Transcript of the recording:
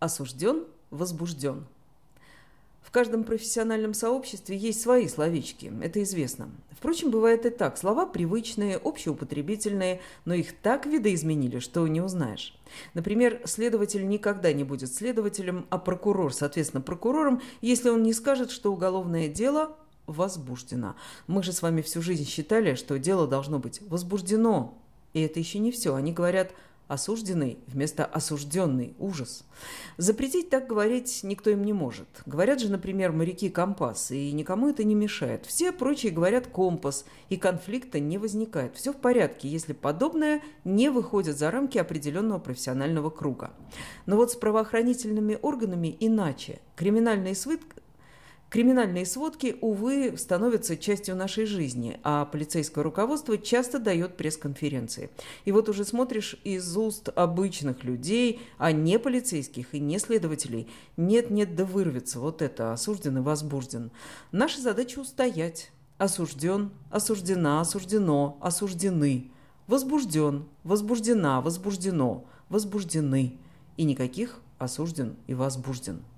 Осужден, возбужден. В каждом профессиональном сообществе есть свои словечки, это известно. Впрочем, бывает и так. Слова привычные, общеупотребительные, но их так видоизменили, что не узнаешь. Например, следователь никогда не будет следователем, а прокурор, соответственно, прокурором, если он не скажет, что уголовное дело возбуждено. Мы же с вами всю жизнь считали, что дело должно быть возбуждено. И это еще не все. Они говорят «осужденный» вместо «осужденный». Ужас. Запретить так говорить никто им не может. Говорят же, например, моряки «компас», и никому это не мешает. Все прочие говорят «компас», и конфликта не возникает. Все в порядке, если подобное не выходит за рамки определенного профессионального круга. Но вот с правоохранительными органами иначе. Криминальные сводки, увы, становятся частью нашей жизни, а полицейское руководство часто дает пресс-конференции. И вот уже смотришь из уст обычных людей, а не полицейских и не следователей. Нет-нет, да вырвется вот это, осужден и возбужден. Наша задача устоять. Осужден, осуждена, осуждено, осуждены. Возбужден, возбуждена, возбуждено, возбуждены. И никаких осужден и возбужден.